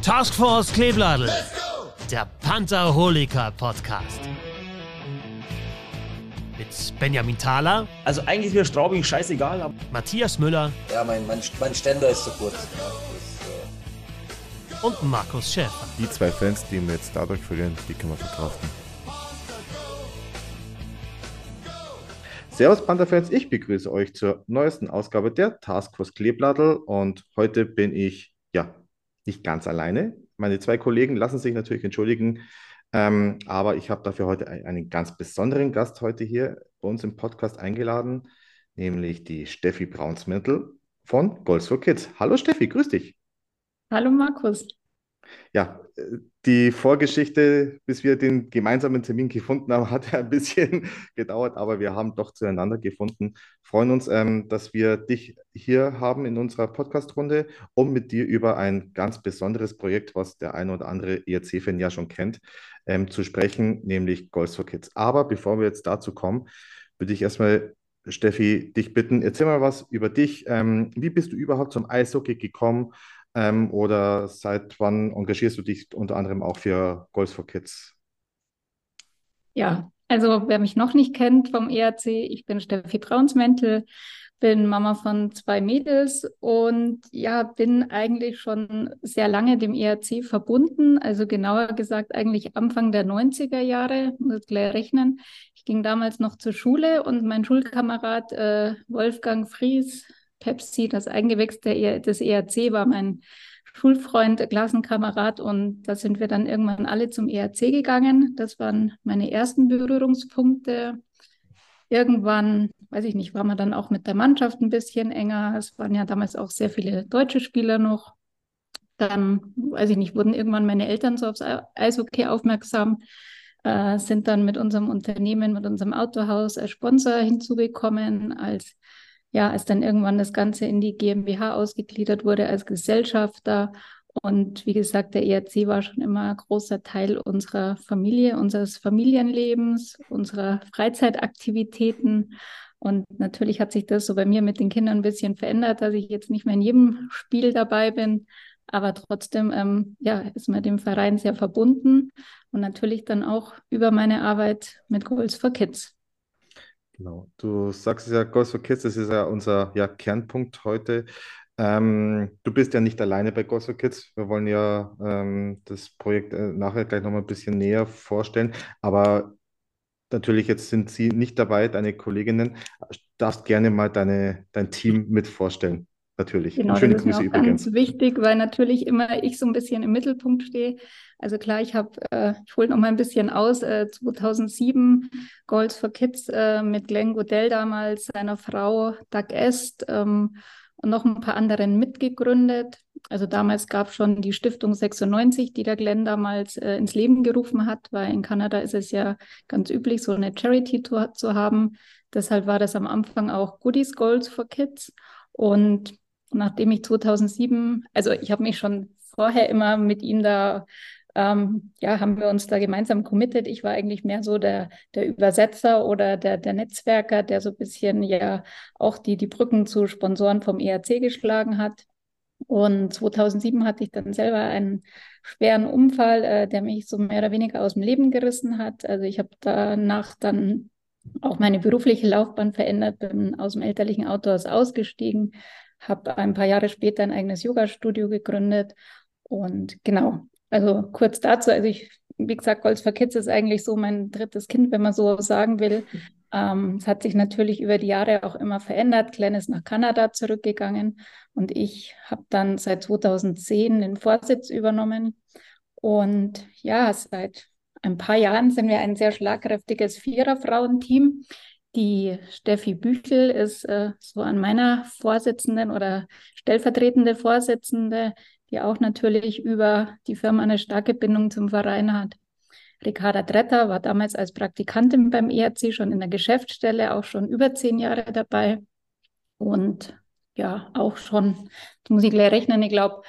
Taskforce Kleebladel, der Pantherholiker-Podcast. Mit Benjamin Thaler. Also eigentlich ist mir Straubing scheißegal. Aber Matthias Müller. Ja, mein Ständer ist zu kurz. Ja, und Markus Schäfer. Die zwei Fans, die wir jetzt dadurch verlieren, die können wir verkraften. Servus Panther-Fans, ich begrüße euch zur neuesten Ausgabe der Taskforce Kleebladel und heute bin ich, nicht ganz alleine. Meine zwei Kollegen lassen sich natürlich entschuldigen, aber ich habe dafür heute einen ganz besonderen Gast heute hier bei uns im Podcast eingeladen, nämlich die Steffi Braunsmäntel von Goals for Kids. Hallo Steffi, grüß dich. Hallo Markus. Ja, die Vorgeschichte, bis wir den gemeinsamen Termin gefunden haben, hat ja ein bisschen gedauert, aber wir haben doch zueinander gefunden. Freuen uns, dass wir dich hier haben in unserer Podcast-Runde, um mit dir über ein ganz besonderes Projekt, was der eine oder andere ERC-Fan ja schon kennt, zu sprechen, nämlich Goals for Kids. Aber bevor wir jetzt dazu kommen, würde ich erstmal, Steffi, dich bitten, erzähl mal was über dich. Wie bist du überhaupt zum Eishockey gekommen? Oder seit wann engagierst du dich unter anderem auch für Goals for Kids? Ja, also wer mich noch nicht kennt vom ERC, ich bin Steffi Braunsmäntel, bin Mama von 2 Mädels und ja, bin eigentlich schon sehr lange dem ERC verbunden, also genauer gesagt eigentlich Anfang der 90er Jahre, muss gleich rechnen. Ich ging damals noch zur Schule und mein Schulkamerad Wolfgang Fries, Pepsi, das Eigengewächs des ERC, war mein Schulfreund, Klassenkamerad und da sind wir dann irgendwann alle zum ERC gegangen. Das waren meine ersten Berührungspunkte. Irgendwann, weiß ich nicht, war man dann auch mit der Mannschaft ein bisschen enger. Es waren ja damals auch sehr viele deutsche Spieler noch. Dann, weiß ich nicht, wurden irgendwann meine Eltern so aufs Eishockey aufmerksam, sind dann mit unserem Unternehmen, mit unserem Autohaus als Sponsor hinzugekommen, als dann irgendwann das Ganze in die GmbH ausgegliedert wurde als Gesellschafter. Und wie gesagt, der ERC war schon immer ein großer Teil unserer Familie, unseres Familienlebens, unserer Freizeitaktivitäten. Und natürlich hat sich das so bei mir mit den Kindern ein bisschen verändert, dass ich jetzt nicht mehr in jedem Spiel dabei bin. Aber trotzdem ist man dem Verein sehr verbunden und natürlich dann auch über meine Arbeit mit Goals for Kids. Genau, du sagst es ja, Goals for Kids, das ist ja unser Kernpunkt heute. Du bist ja nicht alleine bei Goals for Kids. Wir wollen ja das Projekt nachher gleich nochmal ein bisschen näher vorstellen. Aber natürlich, jetzt sind sie nicht dabei, deine Kolleginnen. Du darfst gerne mal dein Team mit vorstellen. Natürlich. Genau, und schöne das ist mir Grüße auch übrigens. ganz wichtig, weil natürlich immer ich so ein bisschen im Mittelpunkt stehe. Also klar, ich hole noch mal ein bisschen aus, 2007 Goals for Kids mit Glenn Godell damals, seiner Frau Doug Est und noch ein paar anderen mitgegründet. Also damals gab es schon die Stiftung 96, die der Glenn damals ins Leben gerufen hat, weil in Kanada ist es ja ganz üblich, so eine Charity zu haben. Deshalb war das am Anfang auch Goodies Goals for Kids. Und nachdem ich 2007, also ich habe mich schon vorher immer mit ihm haben wir uns da gemeinsam committed. Ich war eigentlich mehr so der Übersetzer oder der Netzwerker, der so ein bisschen auch die Brücken zu Sponsoren vom ERC geschlagen hat. Und 2007 hatte ich dann selber einen schweren Unfall, der mich so mehr oder weniger aus dem Leben gerissen hat. Also ich habe danach dann auch meine berufliche Laufbahn verändert, bin aus dem elterlichen Autohaus ausgestiegen, habe ein paar Jahre später ein eigenes Yoga-Studio gegründet und genau, also kurz dazu, wie gesagt, Goals for Kids ist eigentlich so mein drittes Kind, wenn man so sagen will. Es hat sich natürlich über die Jahre auch immer verändert. Glenn ist nach Kanada zurückgegangen und ich habe dann seit 2010 den Vorsitz übernommen und seit ein paar Jahren sind wir ein sehr schlagkräftiges Vierer-Frauenteam. Die Steffi Büchel ist so an meiner Vorsitzenden oder stellvertretende Vorsitzende, die auch natürlich über die Firma eine starke Bindung zum Verein hat. Ricarda Dretter war damals als Praktikantin beim ERC schon in der Geschäftsstelle, auch schon über 10 Jahre dabei. Und auch schon, das muss ich gleich rechnen, ich glaube,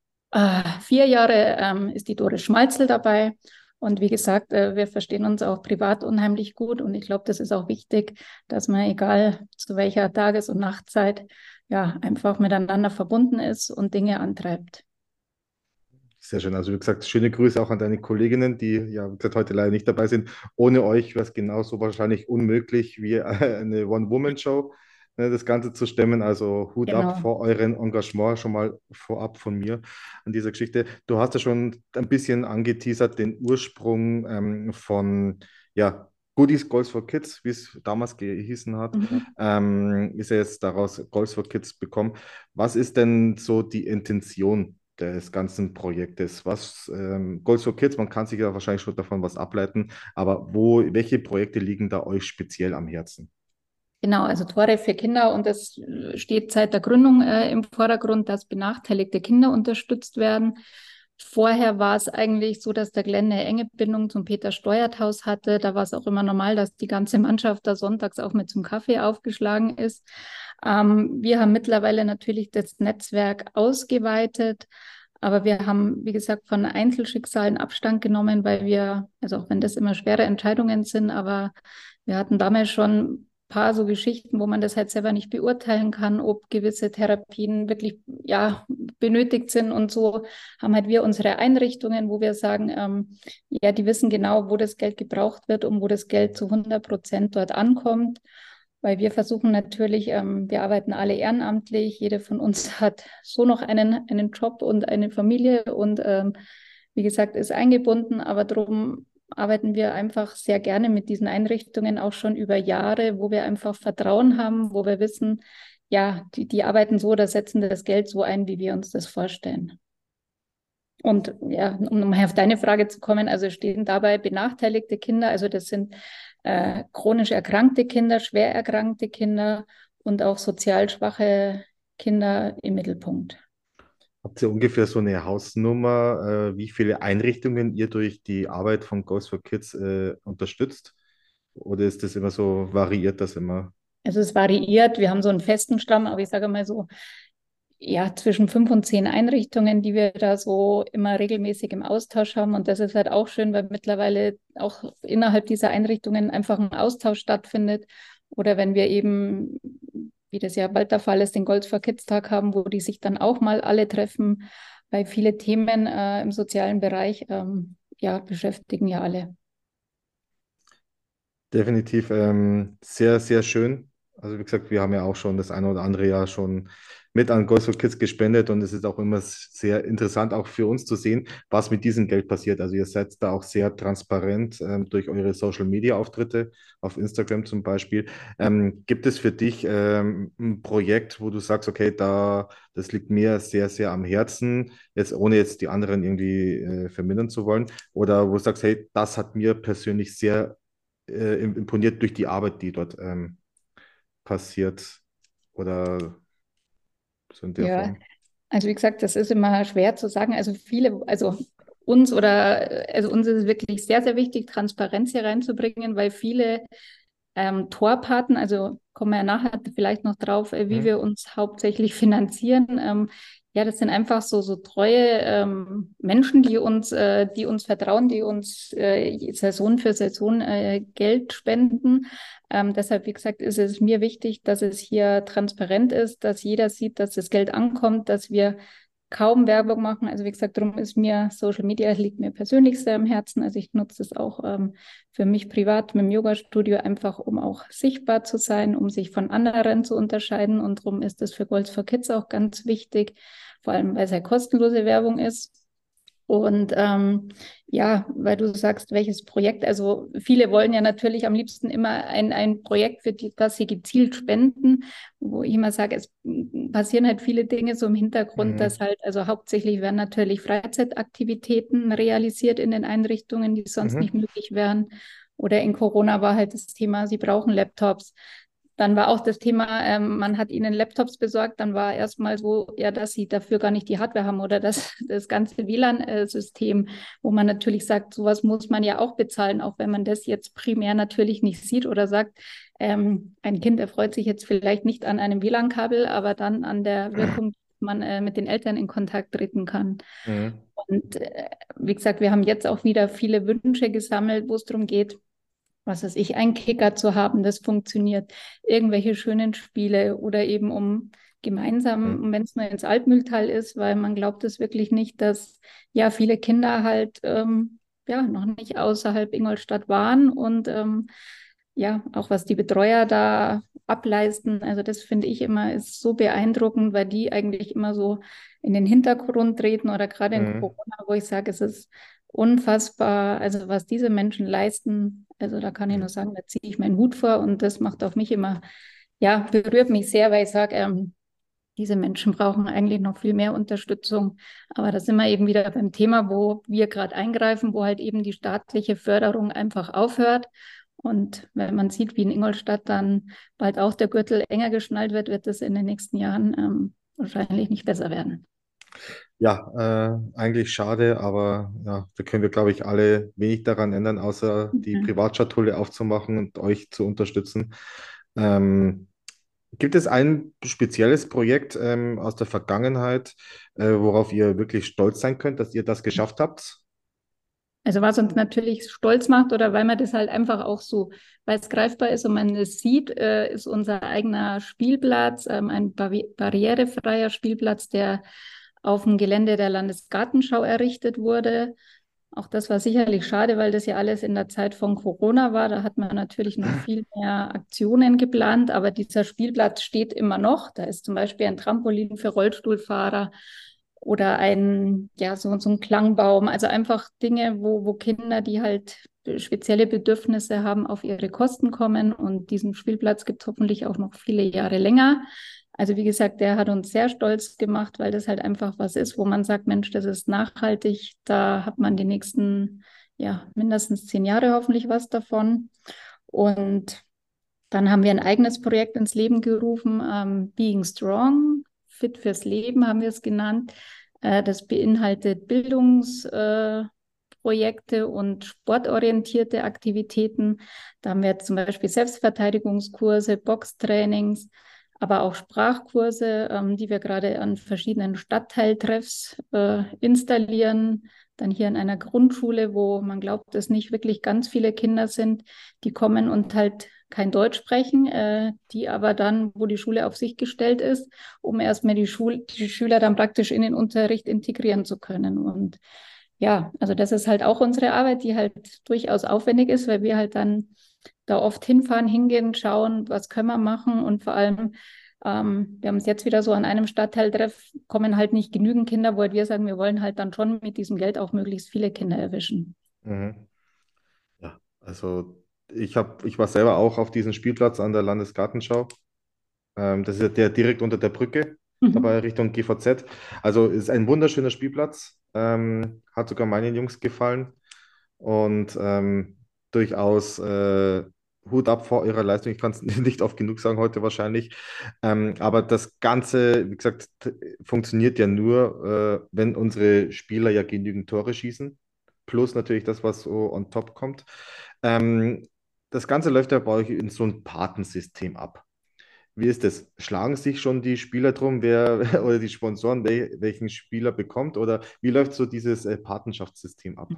4 Jahre ist die Doris Schmalzel dabei. Und wie gesagt, wir verstehen uns auch privat unheimlich gut. Und ich glaube, das ist auch wichtig, dass man, egal zu welcher Tages- und Nachtzeit, einfach miteinander verbunden ist und Dinge antreibt. Sehr schön. Also wie gesagt, schöne Grüße auch an deine Kolleginnen, die ja wie gesagt, heute leider nicht dabei sind. Ohne euch wäre es genauso wahrscheinlich unmöglich wie eine One-Woman-Show, ne, das Ganze zu stemmen. Also Hut ab Genau. vor euren Engagement schon mal vorab von mir an dieser Geschichte. Du hast ja schon ein bisschen angeteasert, den Ursprung von ja, Goodies Goals for Kids, wie es damals gehießen hat, Mhm. ist ja jetzt daraus Goals for Kids bekommen. Was ist denn so die Intention des ganzen Projektes? Was Goals for Kids, man kann sich ja wahrscheinlich schon davon was ableiten, aber welche Projekte liegen da euch speziell am Herzen? Genau, also Tore für Kinder und es steht seit der Gründung im Vordergrund, dass benachteiligte Kinder unterstützt werden. Vorher war es eigentlich so, dass der Glenn eine enge Bindung zum Peter-Steuert-Haus hatte. Da war es auch immer normal, dass die ganze Mannschaft da sonntags auch mit zum Kaffee aufgeschlagen ist. Wir haben mittlerweile natürlich das Netzwerk ausgeweitet, aber wir haben, wie gesagt, von Einzelschicksalen Abstand genommen, weil wir, also auch wenn das immer schwere Entscheidungen sind, aber wir hatten damals schon ein paar so Geschichten, wo man das halt selber nicht beurteilen kann, ob gewisse Therapien wirklich ja benötigt sind und so haben halt wir unsere Einrichtungen, wo wir sagen, ja, die wissen genau, wo das Geld gebraucht wird und wo das Geld zu 100% dort ankommt. Weil wir versuchen natürlich, wir arbeiten alle ehrenamtlich, jede von uns hat so noch einen Job und eine Familie und wie gesagt, ist eingebunden, aber darum arbeiten wir einfach sehr gerne mit diesen Einrichtungen auch schon über Jahre, wo wir einfach Vertrauen haben, wo wir wissen, ja, die arbeiten so oder setzen das Geld so ein, wie wir uns das vorstellen. Und ja, um nochmal auf deine Frage zu kommen, also stehen dabei benachteiligte Kinder, also das sind chronisch erkrankte Kinder, schwer erkrankte Kinder und auch sozial schwache Kinder im Mittelpunkt. Habt ihr ungefähr so eine Hausnummer, wie viele Einrichtungen ihr durch die Arbeit von Goals for Kids unterstützt? Oder ist das immer so, variiert das immer? Also es variiert, wir haben so einen festen Stamm, aber ich sage mal so, ja, zwischen 5 und 10 Einrichtungen, die wir da so immer regelmäßig im Austausch haben. Und das ist halt auch schön, weil mittlerweile auch innerhalb dieser Einrichtungen einfach ein Austausch stattfindet. Oder wenn wir eben, wie das ja bald der Fall ist, den Gold for Kids Tag haben, wo die sich dann auch mal alle treffen, weil viele Themen im sozialen Bereich ja, beschäftigen ja alle. Definitiv sehr, sehr schön. Also wie gesagt, wir haben ja auch schon das eine oder andere Jahr schon mit an Goals for Kids gespendet und es ist auch immer sehr interessant, auch für uns zu sehen, was mit diesem Geld passiert. Also ihr seid da auch sehr transparent durch eure Social-Media-Auftritte auf Instagram zum Beispiel. Gibt es für dich ein Projekt, wo du sagst, okay, das liegt mir sehr, sehr am Herzen, jetzt ohne jetzt die anderen irgendwie vermindern zu wollen, oder wo du sagst, hey, das hat mir persönlich sehr imponiert durch die Arbeit, die dort passiert oder so in der Ja, Form. also wie gesagt, das ist immer schwer zu sagen. Also viele, also uns oder also uns ist es wirklich sehr, sehr wichtig, Transparenz hier reinzubringen, weil viele Torpaten, also kommen wir ja nachher vielleicht noch drauf, wie Mhm. wir uns hauptsächlich finanzieren. Ja, das sind einfach so treue Menschen, die uns vertrauen, die uns Saison für Saison Geld spenden. Deshalb, wie gesagt, ist es mir wichtig, dass es hier transparent ist, dass jeder sieht, dass das Geld ankommt, dass wir kaum Werbung machen. Also wie gesagt, darum ist mir Social Media liegt mir persönlich sehr am Herzen. Also ich nutze es auch für mich privat mit dem Yoga-Studio einfach, um auch sichtbar zu sein, um sich von anderen zu unterscheiden. Und darum ist es für Goals for Kids auch ganz wichtig, vor allem weil es ja kostenlose Werbung ist. Und ja, weil du sagst, welches Projekt, also viele wollen ja natürlich am liebsten immer ein Projekt, das sie gezielt spenden, wo ich immer sage, es passieren halt viele Dinge so im Hintergrund, dass Mhm. halt, also hauptsächlich werden natürlich Freizeitaktivitäten realisiert in den Einrichtungen, die sonst nicht Mhm. möglich wären. Oder in Corona war halt das Thema, sie brauchen Laptops. Dann war auch das Thema, man hat ihnen Laptops besorgt, dann war erstmal so, ja, dass sie dafür gar nicht die Hardware haben oder das ganze WLAN-System, wo man natürlich sagt, sowas muss man ja auch bezahlen, auch wenn man das jetzt primär natürlich nicht sieht oder sagt, ein Kind erfreut sich jetzt vielleicht nicht an einem WLAN-Kabel, aber dann an der Wirkung, dass man mit den Eltern in Kontakt treten kann. Mhm. Und wie gesagt, wir haben jetzt auch wieder viele Wünsche gesammelt, wo es darum geht, was weiß ich, einen Kicker zu haben, das funktioniert, irgendwelche schönen Spiele oder eben um gemeinsam, wenn es nur ins Altmühltal ist, weil man glaubt es wirklich nicht, dass ja viele Kinder halt ja noch nicht außerhalb Ingolstadt waren und ja, auch was die Betreuer da ableisten. Also das finde ich immer ist so beeindruckend, weil die eigentlich immer so in den Hintergrund treten oder gerade in Mhm. Corona, wo ich sage, es ist unfassbar, also was diese Menschen leisten. Also da kann ich nur sagen, da ziehe ich meinen Hut vor und das macht auf mich immer, ja, berührt mich sehr, weil ich sage, diese Menschen brauchen eigentlich noch viel mehr Unterstützung. Aber da sind wir eben wieder beim Thema, wo wir gerade eingreifen, wo halt eben die staatliche Förderung einfach aufhört. Und wenn man sieht, wie in Ingolstadt dann bald auch der Gürtel enger geschnallt wird, wird es in den nächsten Jahren wahrscheinlich nicht besser werden. Ja, eigentlich schade, aber ja, da können wir, glaube ich, alle wenig daran ändern, außer die Ja. Privatschatulle aufzumachen und euch zu unterstützen. Ähm, Gibt es ein spezielles Projekt aus der Vergangenheit, worauf ihr wirklich stolz sein könnt, dass ihr das geschafft habt? Also was uns natürlich stolz macht oder weil man das halt einfach auch so, weil es greifbar ist und man es sieht, ist unser eigener Spielplatz, ein barrierefreier Spielplatz, der auf dem Gelände der Landesgartenschau errichtet wurde. Auch das war sicherlich schade, weil das ja alles in der Zeit von Corona war. Da hat man natürlich noch viel mehr Aktionen geplant, aber dieser Spielplatz steht immer noch. Da ist zum Beispiel ein Trampolin für Rollstuhlfahrer oder ja, so ein Klangbaum. Also einfach Dinge, wo Kinder, die halt spezielle Bedürfnisse haben, auf ihre Kosten kommen. Und diesen Spielplatz gibt es hoffentlich auch noch viele Jahre länger. Also wie gesagt, der hat uns sehr stolz gemacht, weil das halt einfach was ist, wo man sagt, Mensch, das ist nachhaltig. Da hat man die nächsten, ja, mindestens 10 Jahre hoffentlich was davon. Und dann haben wir ein eigenes Projekt ins Leben gerufen, Being Strong, Fit fürs Leben haben wir es genannt. Das beinhaltet Bildungsprojekte und sportorientierte Aktivitäten. Da haben wir jetzt zum Beispiel Selbstverteidigungskurse, Boxtrainings, aber auch Sprachkurse, die wir gerade an verschiedenen Stadtteiltreffs installieren. Dann hier in einer Grundschule, wo man glaubt, dass nicht wirklich ganz viele Kinder sind, die kommen und halt kein Deutsch sprechen, die aber dann, wo die Schule auf sich gestellt ist, um erstmal die Schüler dann praktisch in den Unterricht integrieren zu können. Und ja, also das ist halt auch unsere Arbeit, die halt durchaus aufwendig ist, weil wir halt dann da oft hinfahren, hingehen, schauen, was können wir machen und vor allem, wir haben es jetzt wieder so an einem Stadtteiltreff, kommen halt nicht genügend Kinder, wo halt wir sagen, wir wollen halt dann schon mit diesem Geld auch möglichst viele Kinder erwischen. Mhm. Ja, also ich war selber auch auf diesem Spielplatz an der Landesgartenschau. Das ist ja der direkt unter der Brücke, Mhm. dabei Richtung GVZ. Also ist ein wunderschöner Spielplatz. Hat sogar meinen Jungs gefallen. Und durchaus Hut ab vor ihrer Leistung. Ich kann es nicht oft genug sagen heute wahrscheinlich. Aber das Ganze, wie gesagt, funktioniert ja nur, wenn unsere Spieler ja genügend Tore schießen. Plus natürlich das, was so on top kommt. Ähm, Das Ganze läuft ja bei euch in so ein Patensystem ab. Wie ist das? Schlagen sich schon die Spieler drum, wer oder die Sponsoren, welchen Spieler bekommt? Oder wie läuft so dieses Patenschaftssystem ab?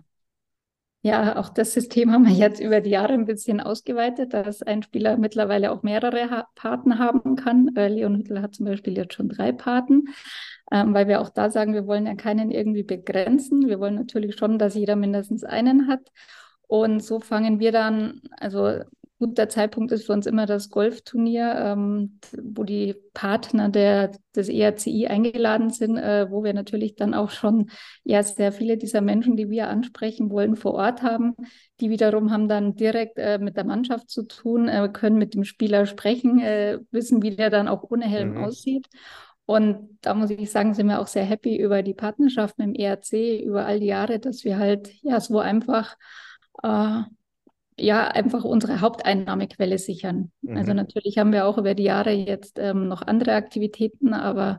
Ja, auch das System haben wir jetzt über die Jahre ein bisschen ausgeweitet, dass ein Spieler mittlerweile auch mehrere Paten haben kann. Leon Hüttl hat zum Beispiel jetzt schon 3 Paten, weil wir auch da sagen, wir wollen ja keinen irgendwie begrenzen. Wir wollen natürlich schon, dass jeder mindestens einen hat. Und so fangen wir dann, also guter Zeitpunkt ist für uns immer das Golfturnier, wo die Partner des ERCI eingeladen sind, wo wir natürlich dann auch schon ja sehr viele dieser Menschen, die wir ansprechen wollen, vor Ort haben. Die wiederum haben dann direkt mit der Mannschaft zu tun, können mit dem Spieler sprechen, wissen, wie der dann auch ohne Helm Mhm. aussieht. Und da muss ich sagen, sind wir auch sehr happy über die Partnerschaft mit dem ERC, über all die Jahre, dass wir halt ja so einfach äh, ja, einfach unsere Haupteinnahmequelle sichern. Also Mhm. natürlich haben wir auch über die Jahre jetzt noch andere Aktivitäten, aber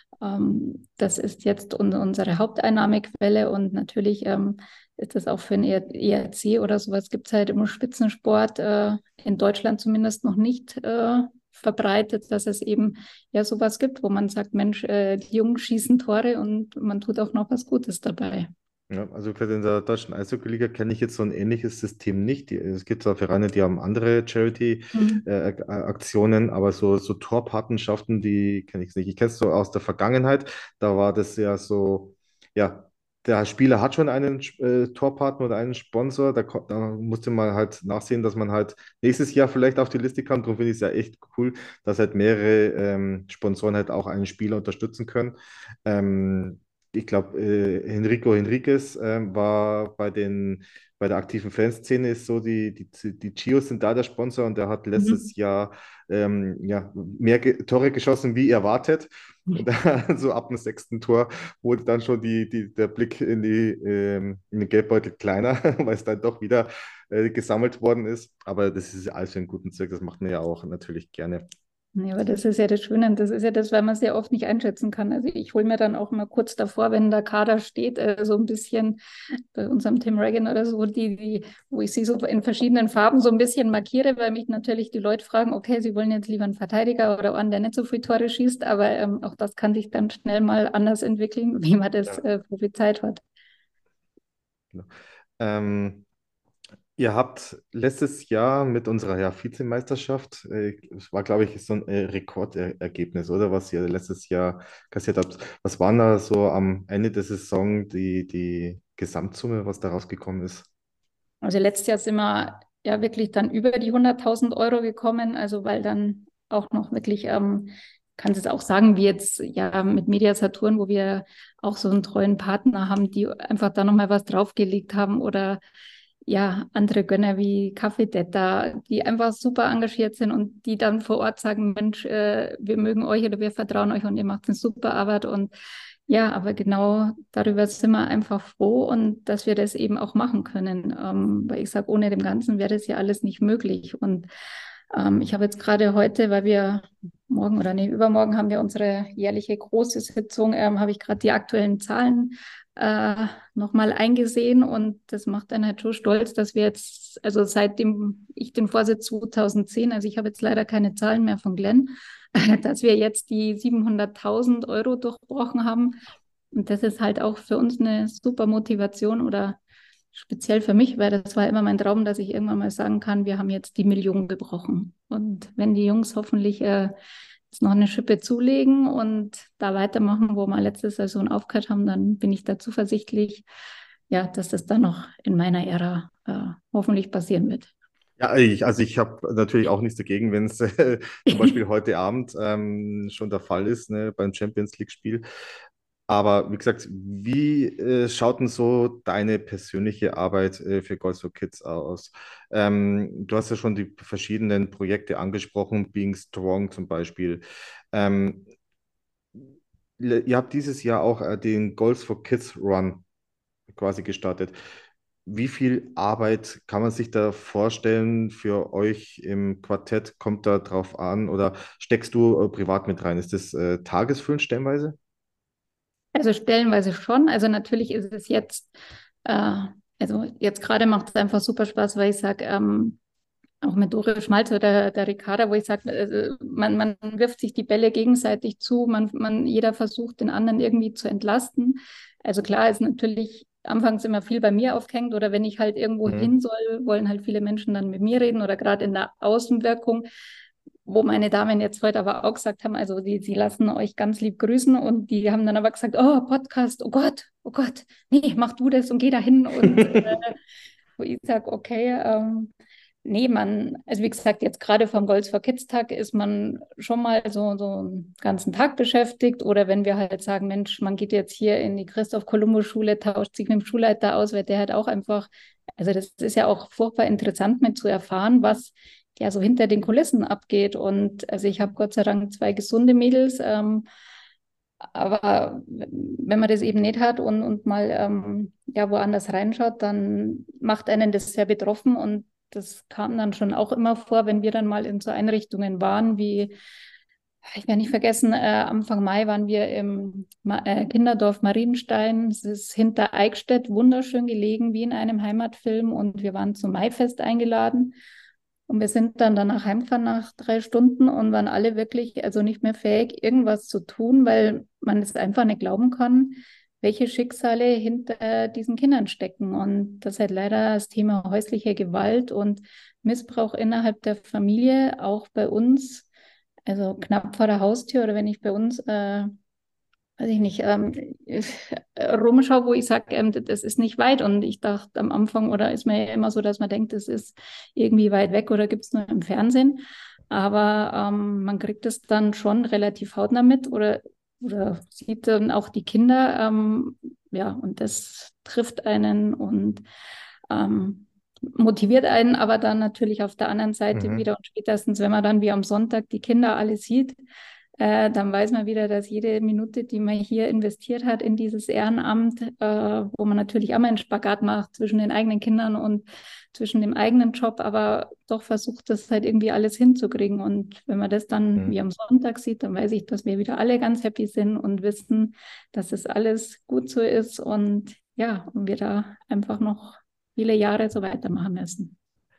das ist jetzt unsere Haupteinnahmequelle und natürlich ist das auch für den ERC oder sowas gibt es halt im Spitzensport in Deutschland zumindest noch nicht verbreitet, dass es eben ja sowas gibt, wo man sagt, Mensch, die Jungen schießen Tore und man tut auch noch was Gutes dabei. Ja, also gerade in der deutschen Eishockey-Liga kenne ich jetzt so ein ähnliches System nicht. Es gibt zwar Vereine, die haben andere Mhm. Charity-Aktionen, aber so Torpatenschaften, die kenne ich nicht. Ich kenne es so aus der Vergangenheit. Da war das ja so, ja, der Spieler hat schon einen Torpaten oder einen Sponsor. Da musste man halt nachsehen, dass man halt nächstes Jahr vielleicht auf die Liste kam. Darum finde ich es ja echt cool, dass halt mehrere Sponsoren halt auch einen Spieler unterstützen können. Ähm, Ich glaube, Henrico Henriquez war bei der aktiven Fanszene ist so, die Chios sind da der Sponsor und der hat letztes Mhm. Jahr ja, mehr Tore geschossen wie erwartet. Und so ab dem sechsten Tor wurde dann schon der Blick in den Geldbeutel kleiner, weil es dann doch wieder gesammelt worden ist. Aber das ist alles für einen guten Zweck, das macht man ja auch natürlich gerne. Ja, aber das ist ja das Schöne, das ist ja das, weil man es ja oft nicht einschätzen kann. Also ich hole mir dann auch mal kurz davor, wenn der Kader steht, so ein bisschen bei unserem Tim Regan oder so, wo ich sie so in verschiedenen Farben so ein bisschen markiere, weil mich natürlich die Leute fragen, okay, sie wollen jetzt lieber einen Verteidiger oder einen, der nicht so viele Tore schießt, aber auch das kann sich dann schnell mal anders entwickeln, wie man das Ja, prophezeit hat. genau. Ähm, Ihr habt letztes Jahr mit unserer ja, Vizemeisterschaft, es war, glaube ich, so ein Rekordergebnis, oder? Was ihr letztes Jahr kassiert habt. Was waren da so am Ende der Saison die Gesamtsumme, was da rausgekommen ist? Also letztes Jahr sind wir ja wirklich dann über die 100.000 € gekommen, also weil dann auch noch wirklich, kann es auch sagen, wie jetzt ja mit Media Saturn, wo wir auch so einen treuen Partner haben, die einfach da nochmal was draufgelegt haben oder ja, andere Gönner wie Café Detta, die einfach super engagiert sind und die dann vor Ort sagen, Mensch, wir mögen euch oder wir vertrauen euch und ihr macht eine super Arbeit und ja, aber genau darüber sind wir einfach froh und dass wir das eben auch machen können. Weil ich sage, ohne dem Ganzen wäre das ja alles nicht möglich. Und ich habe jetzt gerade heute, weil wir morgen oder nee, übermorgen haben wir unsere jährliche große Sitzung, habe ich gerade die aktuellen Zahlen nochmal eingesehen und das macht einen halt schon stolz, dass wir jetzt, also seitdem ich den Vorsitz 2010, also ich habe jetzt leider keine Zahlen mehr von Glenn, dass wir jetzt die 700.000 € durchbrochen haben. Und das ist halt auch für uns eine super Motivation oder speziell für mich, weil das war immer mein Traum, dass ich irgendwann mal sagen kann, wir haben jetzt die Million gebrochen. Und wenn die Jungs hoffentlich jetzt noch eine Schippe zulegen und da weitermachen, wo wir letzte Saison aufgehört haben, dann bin ich da zuversichtlich, ja, dass das dann noch in meiner Ära hoffentlich passieren wird. Ja, also ich habe natürlich auch nichts dagegen, wenn es zum Beispiel heute Abend schon der Fall ist, ne, beim Champions League-Spiel. Aber wie gesagt, wie schaut denn so deine persönliche Arbeit für Goals for Kids aus? Du hast ja schon die verschiedenen Projekte angesprochen, Being Strong zum Beispiel. Ähm, Ihr habt dieses Jahr auch den Goals for Kids Run quasi gestartet. Wie viel Arbeit kann man sich da vorstellen für euch im Quartett? Kommt da drauf an oder steckst du privat mit rein? Ist das Tagesfüllen stellenweise? Also stellenweise schon. Also natürlich ist es jetzt, äh, also jetzt gerade macht es einfach super Spaß, weil ich sage, auch mit Dore Schmalz oder der Ricarda, wo ich sage, man wirft sich die Bälle gegenseitig zu, jeder versucht den anderen irgendwie zu entlasten. Also klar ist natürlich anfangs immer viel bei mir aufgehängt oder wenn ich halt irgendwo Mhm. hin soll, wollen halt viele Menschen dann mit mir reden oder gerade in der Außenwirkung, wo meine Damen jetzt heute aber auch gesagt haben, also sie lassen euch ganz lieb grüßen und die haben dann aber gesagt, oh, Podcast, oh Gott, nee, mach du das und geh da hin und wo ich sage, okay, nee, also wie gesagt, jetzt gerade vom Goals for Kids Tag ist man schon mal so einen ganzen Tag beschäftigt. Oder wenn wir halt sagen, Mensch, man geht jetzt hier in die Christoph Kolumbus Schule, tauscht sich mit dem Schulleiter aus, weil der halt auch einfach, also das ist ja auch furchtbar interessant mit zu erfahren, was ja so hinter den Kulissen abgeht. Und also ich habe Gott sei Dank zwei gesunde Mädels, aber wenn man das eben nicht hat und mal ja, woanders reinschaut, dann macht einen das sehr betroffen. Und das kam dann schon auch immer vor, wenn wir dann mal in so Einrichtungen waren, wie, ich werde nicht vergessen, Anfang Mai waren wir im Kinderdorf Marienstein. Es ist hinter Eichstätt, wunderschön gelegen, wie in einem Heimatfilm. Und wir waren zum Maifest eingeladen. Und wir sind dann danach heimgefahren nach 3 Stunden und waren alle wirklich also nicht mehr fähig, irgendwas zu tun, weil man es einfach nicht glauben kann, welche Schicksale hinter diesen Kindern stecken. Und das ist halt leider das Thema häusliche Gewalt und Missbrauch innerhalb der Familie, auch bei uns, also knapp vor der Haustür oder wenn ich bei uns, weiß ich nicht, rumschaue, wo ich sage, das ist nicht weit. Und ich dachte am Anfang, oder ist mir ja immer so, dass man denkt, das ist irgendwie weit weg oder gibt es nur im Fernsehen. Aber man kriegt es dann schon relativ hautnah mit oder sieht dann auch die Kinder. Ja, und das trifft einen und motiviert einen, aber dann natürlich auf der anderen Seite Mhm. wieder und spätestens, wenn man dann wie am Sonntag die Kinder alle sieht, dann weiß man wieder, dass jede Minute, die man hier investiert hat in dieses Ehrenamt, wo man natürlich auch mal einen Spagat macht zwischen den eigenen Kindern und zwischen dem eigenen Job, aber doch versucht, das halt irgendwie alles hinzukriegen. Und wenn man das dann Mhm. wie am Sonntag sieht, dann weiß ich, dass wir wieder alle ganz happy sind und wissen, dass es alles gut so ist und ja, und wir da einfach noch viele Jahre so weitermachen müssen.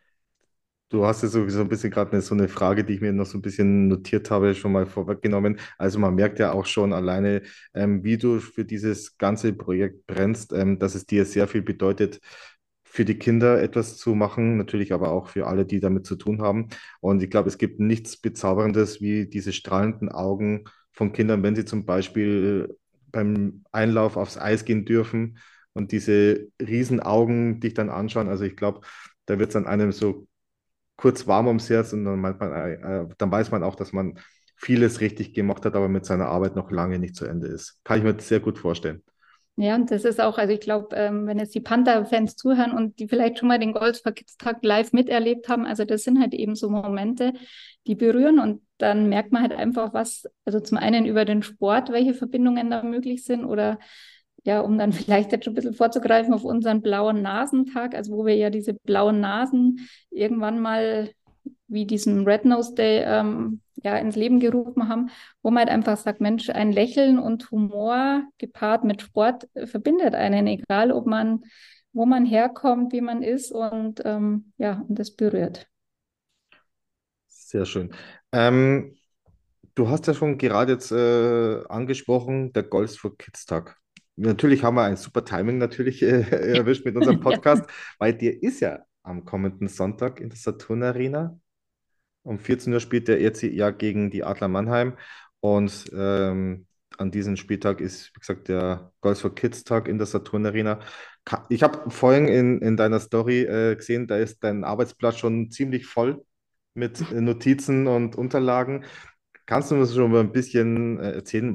Du hast ja sowieso ein bisschen gerade so eine Frage, die ich mir noch so ein bisschen notiert habe, schon mal vorweggenommen. Also man merkt ja auch schon alleine, wie du für dieses ganze Projekt brennst, dass es dir sehr viel bedeutet, für die Kinder etwas zu machen, natürlich aber auch für alle, die damit zu tun haben. Und ich glaube, es gibt nichts Bezauberndes wie diese strahlenden Augen von Kindern, wenn sie zum Beispiel beim Einlauf aufs Eis gehen dürfen und diese riesen Augen dich dann anschauen. Also ich glaube, da wird es an einem so kurz warm ums Herz und dann, dann weiß man auch, dass man vieles richtig gemacht hat, aber mit seiner Arbeit noch lange nicht zu Ende ist. Kann ich mir sehr gut vorstellen. Ja, und das ist auch, also ich glaube, wenn jetzt die Panther-Fans zuhören und die vielleicht schon mal den Goldsver Kids-Tag live miterlebt haben, also das sind halt eben so Momente, die berühren und dann merkt man halt einfach, was, also zum einen über den Sport, welche Verbindungen da möglich sind oder ja, um dann vielleicht jetzt schon ein bisschen vorzugreifen auf unseren blauen Nasentag, also wo wir ja diese blauen Nasen irgendwann mal wie diesen Red Nose Day ja, ins Leben gerufen haben, wo man halt einfach sagt, Mensch, ein Lächeln und Humor gepaart mit Sport verbindet einen, egal ob man, wo man herkommt, wie man ist und ja, und das berührt. Sehr schön. Ähm, Du hast ja schon gerade jetzt angesprochen, der Golf for Kids Tag. Natürlich haben wir ein super Timing natürlich erwischt mit unserem Ja. Podcast, weil der ist ja am kommenden Sonntag in der Saturn Arena. Um 14 Uhr spielt der ERC ja gegen die Adler Mannheim und an diesem Spieltag ist, wie gesagt, der Golf for Kids Tag in der Saturn Arena. Ich habe vorhin in deiner Story gesehen, da ist dein Arbeitsplatz schon ziemlich voll mit Notizen und Unterlagen. Kannst du uns schon mal ein bisschen erzählen,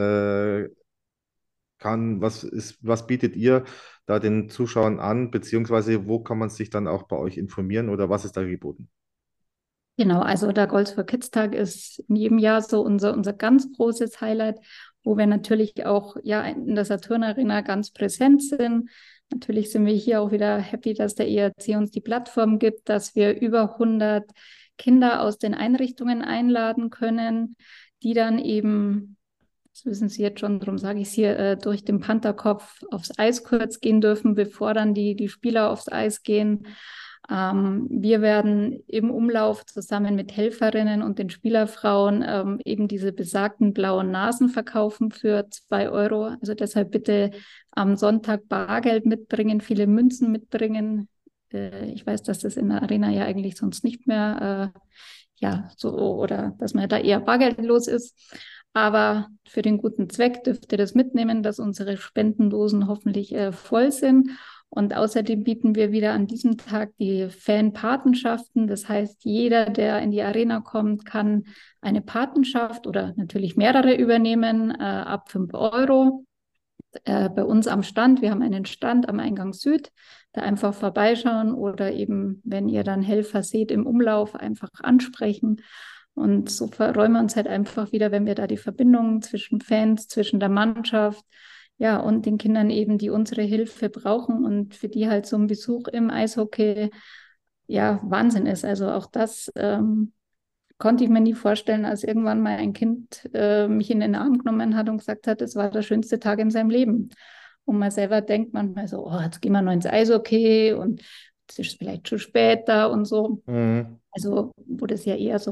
was bietet ihr da den Zuschauern an, beziehungsweise wo kann man sich dann auch bei euch informieren oder was ist da geboten? Genau, also der Golds for Kids Tag ist in jedem Jahr so unser ganz großes Highlight, wo wir natürlich auch ja in der Saturn Arena ganz präsent sind. Natürlich sind wir hier auch wieder happy, dass der ERC uns die Plattform gibt, dass wir über 100 Kinder aus den Einrichtungen einladen können, die dann eben, das wissen Sie jetzt schon, darum sage ich es hier, durch den Pantherkopf aufs Eis kurz gehen dürfen, bevor dann die Spieler aufs Eis gehen. Wir werden im Umlauf zusammen mit Helferinnen und den Spielerfrauen eben diese besagten blauen Nasen verkaufen für 2 Euro. Also deshalb bitte am Sonntag Bargeld mitbringen, viele Münzen mitbringen. Ich weiß, dass das in der Arena ja eigentlich sonst nicht mehr ja so oder dass man da eher bargeldlos ist. Aber für den guten Zweck dürft ihr das mitnehmen, dass unsere Spendendosen hoffentlich voll sind. Und außerdem bieten wir wieder an diesem Tag die Fan-Patenschaften. Das heißt, jeder, der in die Arena kommt, kann eine Patenschaft oder natürlich mehrere übernehmen ab 5 Euro. Bei uns am Stand, wir haben einen Stand am Eingang Süd, da einfach vorbeischauen oder eben, wenn ihr dann Helfer seht im Umlauf, einfach ansprechen. Und so verräumen wir uns halt einfach wieder, wenn wir da die Verbindungen zwischen Fans, zwischen der Mannschaft, ja, und den Kindern eben, die unsere Hilfe brauchen und für die halt so ein Besuch im Eishockey, ja, Wahnsinn ist. Also auch das konnte ich mir nie vorstellen, als irgendwann mal ein Kind mich in den Arm genommen hat und gesagt hat, es war der schönste Tag in seinem Leben. Und man selber denkt manchmal so, oh, jetzt gehen wir noch ins Eishockey und es ist vielleicht schon später und so. Mhm. Also wo das ja eher so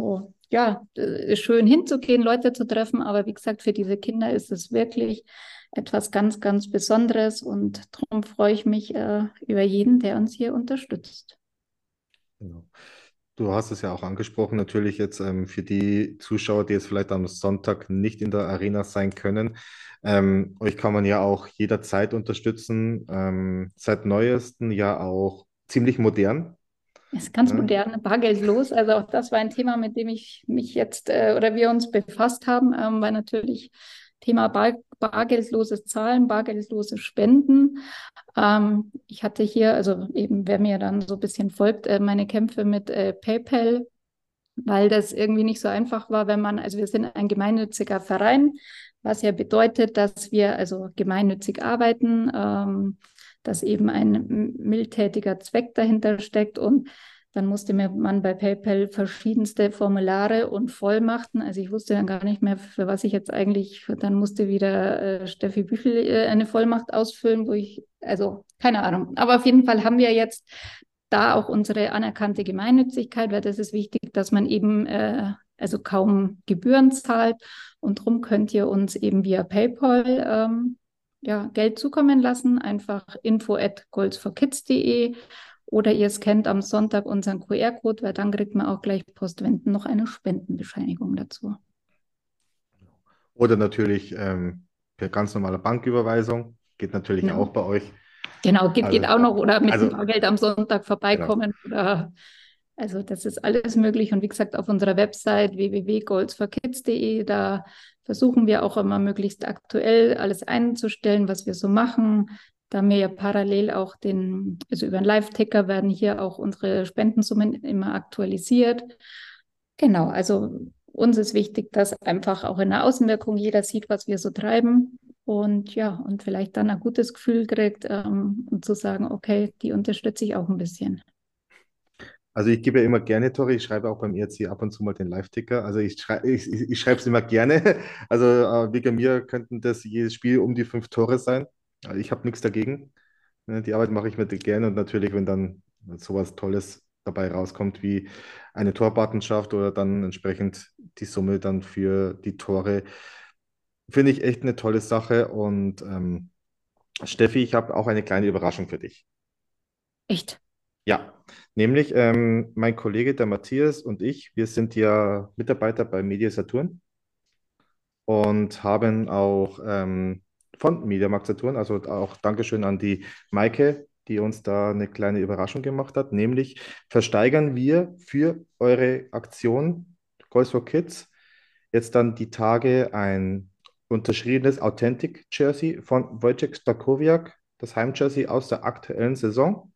ja, schön hinzugehen, Leute zu treffen. Aber wie gesagt, für diese Kinder ist es wirklich etwas ganz, ganz Besonderes. Und darum freue ich mich über jeden, der uns hier unterstützt. Genau. Du hast es ja auch angesprochen, natürlich jetzt für die Zuschauer, die jetzt vielleicht am Sonntag nicht in der Arena sein können. Euch kann man ja auch jederzeit unterstützen. Seit neuestem ja auch ziemlich modern. Ist ganz Ne? modern, bargeldlos. Also auch das war ein Thema, mit dem ich mich jetzt oder wir uns befasst haben, weil natürlich Thema bargeldloses Zahlen, bargeldlose Spenden. Ich hatte hier, also eben, wer mir dann so ein bisschen folgt, meine Kämpfe mit PayPal, weil das irgendwie nicht so einfach war, wenn man, also wir sind ein gemeinnütziger Verein, was ja bedeutet, dass wir also gemeinnützig arbeiten, dass eben ein mildtätiger Zweck dahinter steckt und dann musste mir man bei PayPal verschiedenste Formulare und Vollmachten. Also ich wusste dann gar nicht mehr, für was ich jetzt eigentlich, dann musste wieder Steffi Büchel eine Vollmacht ausfüllen, wo ich, also keine Ahnung. Aber auf jeden Fall haben wir jetzt da auch unsere anerkannte Gemeinnützigkeit, weil das ist wichtig, dass man eben also kaum Gebühren zahlt. Und darum könnt ihr uns eben via PayPal ja, Geld zukommen lassen. Einfach info@goalsforkids.de oder ihr scannt am Sonntag unseren QR-Code, weil dann kriegt man auch gleich postwendend noch eine Spendenbescheinigung dazu. Oder natürlich per ganz normale Banküberweisung. Geht natürlich auch Genau. bei euch. Genau, geht Also, auch noch oder mit dem also Bargeld am Sonntag genau. vorbeikommen oder also das ist alles möglich und wie gesagt auf unserer Website www.goalsforkids.de, da versuchen wir auch immer möglichst aktuell alles einzustellen, was wir so machen. Da haben wir ja parallel auch also über den Live-Ticker werden hier auch unsere Spendensummen immer aktualisiert. Genau, also uns ist wichtig, dass einfach auch in der Außenwirkung jeder sieht, was wir so treiben und ja, und vielleicht dann ein gutes Gefühl kriegt, und zu sagen, okay, die unterstütze ich auch ein bisschen. Also ich gebe ja immer gerne Tore, ich schreibe auch beim ERC ab und zu mal den Live-Ticker. Also ich schreibe es immer gerne. Also wegen mir könnten das jedes Spiel um die 5 Tore sein. Also ich habe nichts dagegen. Ne, die Arbeit mache ich mir gerne und natürlich, wenn dann sowas Tolles dabei rauskommt wie eine Torpatenschaft oder dann entsprechend die Summe dann für die Tore, finde ich echt eine tolle Sache. Und Steffi, ich habe auch eine kleine Überraschung für dich. Echt? Ja, nämlich mein Kollege, der Matthias und ich, wir sind ja Mitarbeiter bei Media Saturn und haben auch von Mediamarkt Saturn, also auch Dankeschön an die Maike, die uns da eine kleine Überraschung gemacht hat, nämlich versteigern wir für eure Aktion Goals for Kids jetzt dann die Tage ein unterschriebenes Authentic Jersey von Wojciech Stachowiak, das Heimjersey aus der aktuellen Saison.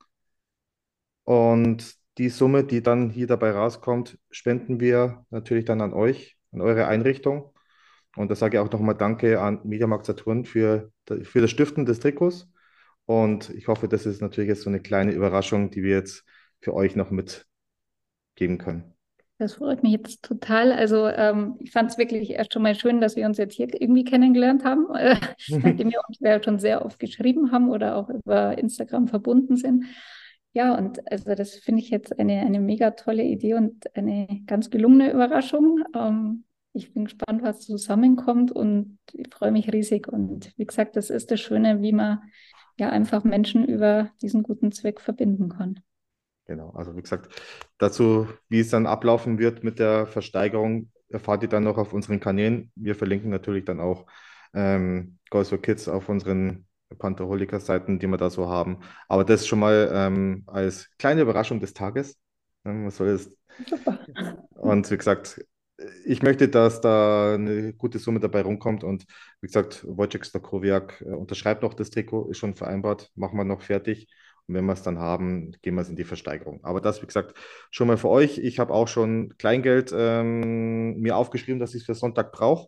Und die Summe, die dann hier dabei rauskommt, spenden wir natürlich dann an euch, an eure Einrichtung. Und da sage ich auch nochmal Danke an Mediamarkt Saturn für das Stiften des Trikots. Und ich hoffe, das ist natürlich jetzt so eine kleine Überraschung, die wir jetzt für euch noch mitgeben können. Das freut mich jetzt total. Also ich fand es wirklich erst schon mal schön, dass wir uns jetzt hier irgendwie kennengelernt haben, nachdem wir uns ja schon sehr oft geschrieben haben oder auch über Instagram verbunden sind. Ja, und also das finde ich jetzt eine mega tolle Idee und eine ganz gelungene Überraschung. Ich bin gespannt, was zusammenkommt und ich freue mich riesig. Und wie gesagt, das ist das Schöne, wie man ja einfach Menschen über diesen guten Zweck verbinden kann. Genau, also wie gesagt, dazu, wie es dann ablaufen wird mit der Versteigerung, erfahrt ihr dann noch auf unseren Kanälen. Wir verlinken natürlich dann auch Goals for Kids auf unseren Pantherholiker-Seiten, die wir da so haben. Aber das schon mal als kleine Überraschung des Tages. Was soll es? Super. Und wie gesagt, ich möchte, dass da eine gute Summe dabei rumkommt. Und wie gesagt, Wojciech Stachowiak unterschreibt noch das Trikot, ist schon vereinbart, machen wir noch fertig. Und wenn wir es dann haben, gehen wir es in die Versteigerung. Aber das, wie gesagt, schon mal für euch. Ich habe auch schon Kleingeld mir aufgeschrieben, dass ich es für Sonntag brauche,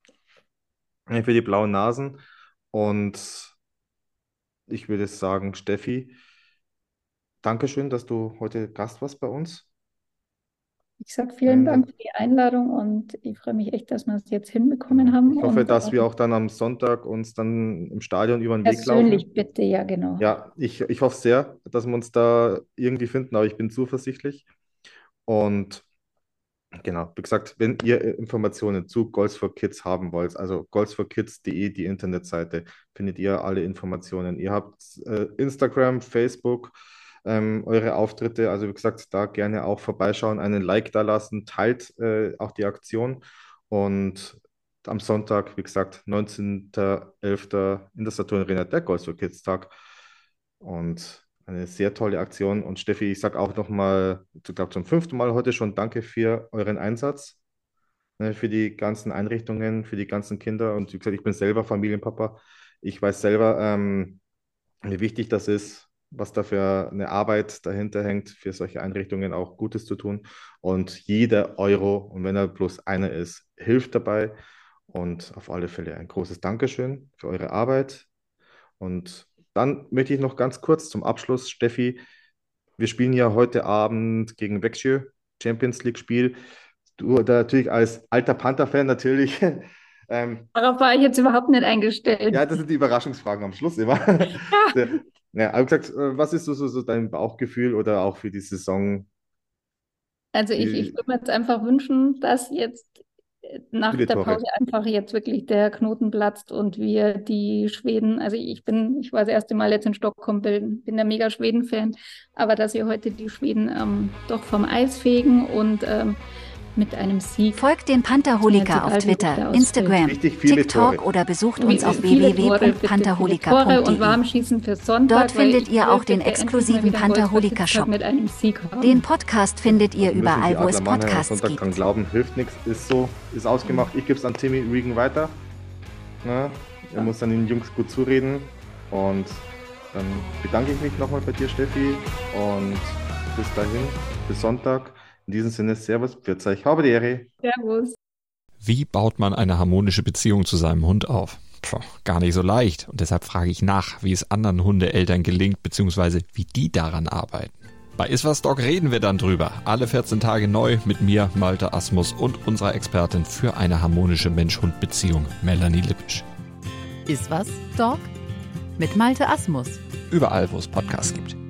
für die blauen Nasen. Und ich würde sagen, Steffi, Dankeschön, dass du heute Gast warst bei uns. Ich sage vielen Dank für die Einladung und ich freue mich echt, dass wir es jetzt hinbekommen haben. Ich hoffe, Und dass wir auch dann am Sonntag uns dann im Stadion über den Weg laufen. persönlich bitte, ja, genau. Ja, ich hoffe sehr, dass wir uns da irgendwie finden, aber ich bin zuversichtlich. Und Genau, wie gesagt, wenn ihr Informationen zu Goals for Kids haben wollt, also goalsforkids.de, die Internetseite, findet ihr alle Informationen. Ihr habt Instagram, Facebook, eure Auftritte, also wie gesagt, da gerne auch vorbeischauen, einen Like da lassen, teilt auch die Aktion und am Sonntag, wie gesagt, 19.11. in der Saturn Arena, der Goals for Kids Tag und eine sehr tolle Aktion. Und Steffi, ich sage auch nochmal, ich glaube zum 5. Mal heute schon, danke für euren Einsatz, ne, für die ganzen Einrichtungen, für die ganzen Kinder. Und wie gesagt, ich bin selber Familienpapa. Ich weiß selber, wie wichtig das ist, was da für eine Arbeit dahinter hängt, für solche Einrichtungen auch Gutes zu tun. Und jeder Euro, und wenn er bloß einer ist, hilft dabei. Und auf alle Fälle ein großes Dankeschön für eure Arbeit. Und dann möchte ich noch ganz kurz zum Abschluss, Steffi, wir spielen ja heute Abend gegen Växjö, Champions League-Spiel. Du da natürlich als alter Panther-Fan natürlich. Darauf war ich jetzt überhaupt nicht eingestellt. Ja, das sind die Überraschungsfragen am Schluss immer. Ja. Ja, aber gesagt, was ist so dein Bauchgefühl oder auch für die Saison? Also ich würde mir jetzt einfach wünschen, dass jetzt nach Viele der Tore. Pause einfach jetzt wirklich der Knoten platzt und wir die Schweden, also ich war das erste Mal jetzt in Stockholm, bin der mega Schweden-Fan, aber dass wir heute die Schweden doch vom Eis fegen und mit einem Sieg. Folgt den Pantherholiker auf Twitter, Instagram, Richtig viele TikTok Tore. oder besucht uns auf Viele Tore, bitte, viele Tore und www.pantherholiker.de. Warmschießen für Sonntag. Dort weil findet ich ihr auch möchte den endlich mal exklusiven wieder einen Pantherholiker-Shop. mit einem Sieg haben. Den Podcast findet ihr Müssen überall, die wo es Adler Mannheim am Podcasts Sonntag gibt. dran glauben, hilft nichts, ist so, ist ausgemacht. Ich gebe es an Timmy Regan weiter. Na, er muss dann den Jungs gut zureden. Und dann bedanke ich mich nochmal bei dir, Steffi. Und bis dahin, bis Sonntag. In diesem Sinne, Servus, pfiat euch, habe die Ehre. Servus. Wie baut man eine harmonische Beziehung zu seinem Hund auf? Gar nicht so leicht. Und deshalb frage ich nach, wie es anderen Hundeeltern gelingt, beziehungsweise wie die daran arbeiten. Bei Iswas Dog reden wir dann drüber. Alle 14 Tage neu mit mir, Malte Asmus und unserer Expertin für eine harmonische Mensch-Hund-Beziehung, Melanie Lippisch. Iswas Dog mit Malte Asmus. Überall, wo es Podcasts gibt.